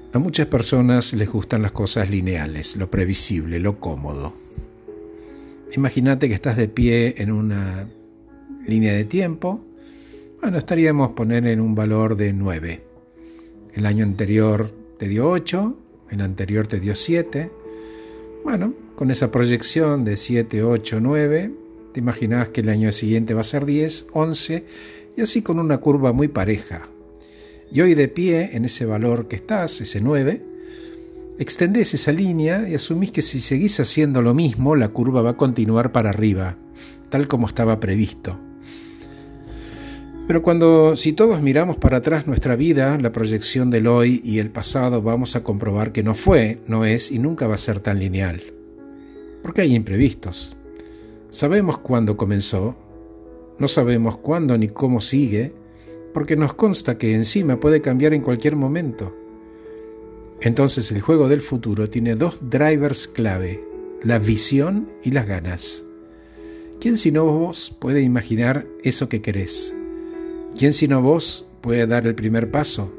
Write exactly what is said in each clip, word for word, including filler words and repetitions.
A muchas personas les gustan las cosas lineales, lo previsible, lo cómodo. Imagínate que estás de pie en una línea de tiempo. Bueno, estaríamos poner en un valor de nueve. El año anterior te dio ocho, el anterior te dio siete. Bueno, con esa proyección de siete, ocho, nueve, te imaginas que el año siguiente va a ser diez, once, y así con una curva muy pareja. Y hoy de pie, en ese valor que estás, ese nueve, extendés esa línea y asumís que si seguís haciendo lo mismo, la curva va a continuar para arriba, tal como estaba previsto. Pero cuando, si todos miramos para atrás nuestra vida, la proyección del hoy y el pasado, vamos a comprobar que no fue, no es y nunca va a ser tan lineal. Porque hay imprevistos. Sabemos cuándo comenzó, no sabemos cuándo ni cómo sigue, porque nos consta que encima puede cambiar en cualquier momento. Entonces el juego del futuro tiene dos drivers clave, la visión y las ganas. ¿Quién sino vos puede imaginar eso que querés? ¿Quién sino vos puede dar el primer paso?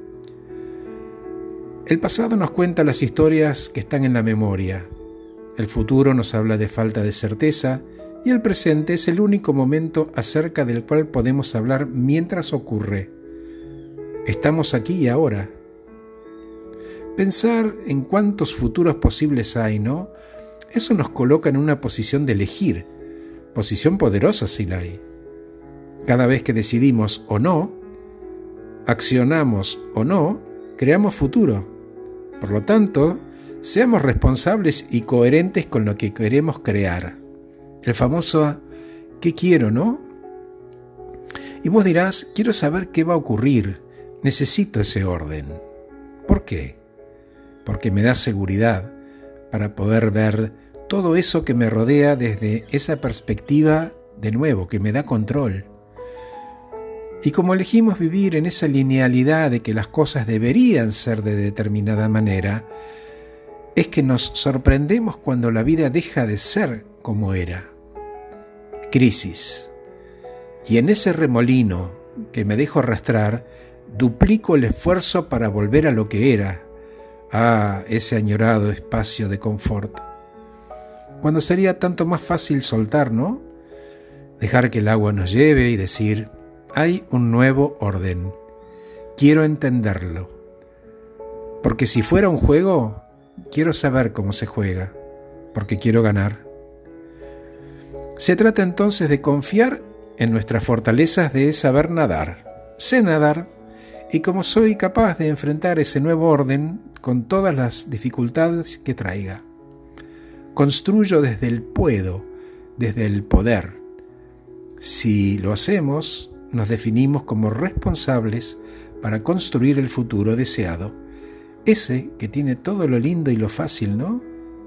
El pasado nos cuenta las historias que están en la memoria. El futuro nos habla de falta de certeza y el presente es el único momento acerca del cual podemos hablar mientras ocurre. Estamos aquí y ahora. Pensar en cuántos futuros posibles hay, ¿no? Eso nos coloca en una posición de elegir, posición poderosa si la hay. Cada vez que decidimos o no, accionamos o no, creamos futuro. Por lo tanto, seamos responsables y coherentes con lo que queremos crear. El famoso ¿qué quiero, no? Y vos dirás, quiero saber qué va a ocurrir, necesito ese orden. ¿Por qué? Porque me da seguridad para poder ver todo eso que me rodea desde esa perspectiva de nuevo, que me da control. Y como elegimos vivir en esa linealidad de que las cosas deberían ser de determinada manera, es que nos sorprendemos cuando la vida deja de ser como era. Crisis. Y en ese remolino que me dejo arrastrar, duplico el esfuerzo para volver a lo que era. Ah, ese añorado espacio de confort. Cuando sería tanto más fácil soltar, ¿no? Dejar que el agua nos lleve y decir, hay un nuevo orden. Quiero entenderlo. Porque si fuera un juego, quiero saber cómo se juega, porque quiero ganar. Se trata entonces de confiar en nuestras fortalezas de saber nadar. Sé nadar, y como soy capaz de enfrentar ese nuevo orden con todas las dificultades que traiga. Construyo desde el puedo, desde el poder. Si lo hacemos, nos definimos como responsables para construir el futuro deseado. Ese que tiene todo lo lindo y lo fácil, ¿no?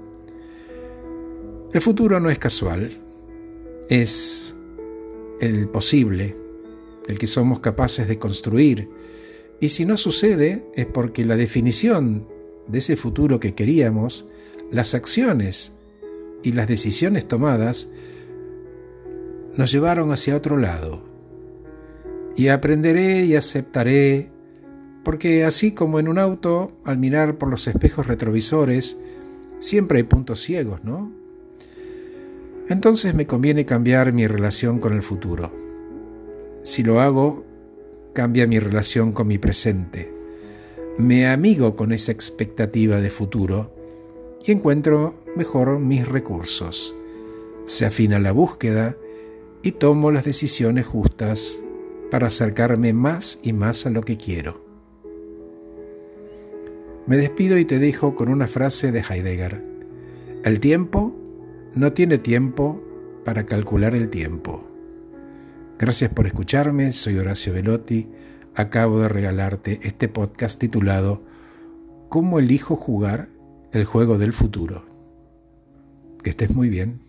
El futuro no es casual, es el posible, el que somos capaces de construir. Y si no sucede, es porque la definición de ese futuro que queríamos, las acciones y las decisiones tomadas, nos llevaron hacia otro lado. Y aprenderé y aceptaré, porque así como en un auto, al mirar por los espejos retrovisores, siempre hay puntos ciegos, ¿no? Entonces me conviene cambiar mi relación con el futuro. Si lo hago, cambia mi relación con mi presente. Me amigo con esa expectativa de futuro y encuentro mejor mis recursos. Se afina la búsqueda y tomo las decisiones justas para acercarme más y más a lo que quiero. Me despido y te dejo con una frase de Heidegger. El tiempo no tiene tiempo para calcular el tiempo. Gracias por escucharme, soy Horacio Velotti. Acabo de regalarte este podcast titulado ¿Cómo elijo jugar el juego del futuro? Que estés muy bien.